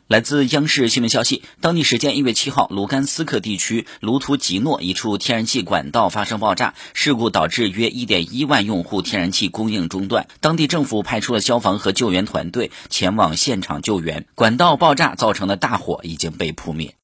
来自央视新闻消息，当地时间1月7号，卢甘斯克地区卢图吉诺一处天然气管道发生爆炸，事故导致约 1.1 万用户天然气供应中断。当地政府派出了消防和救援团队前往现场救援，管道爆炸造成的大火已经被扑灭。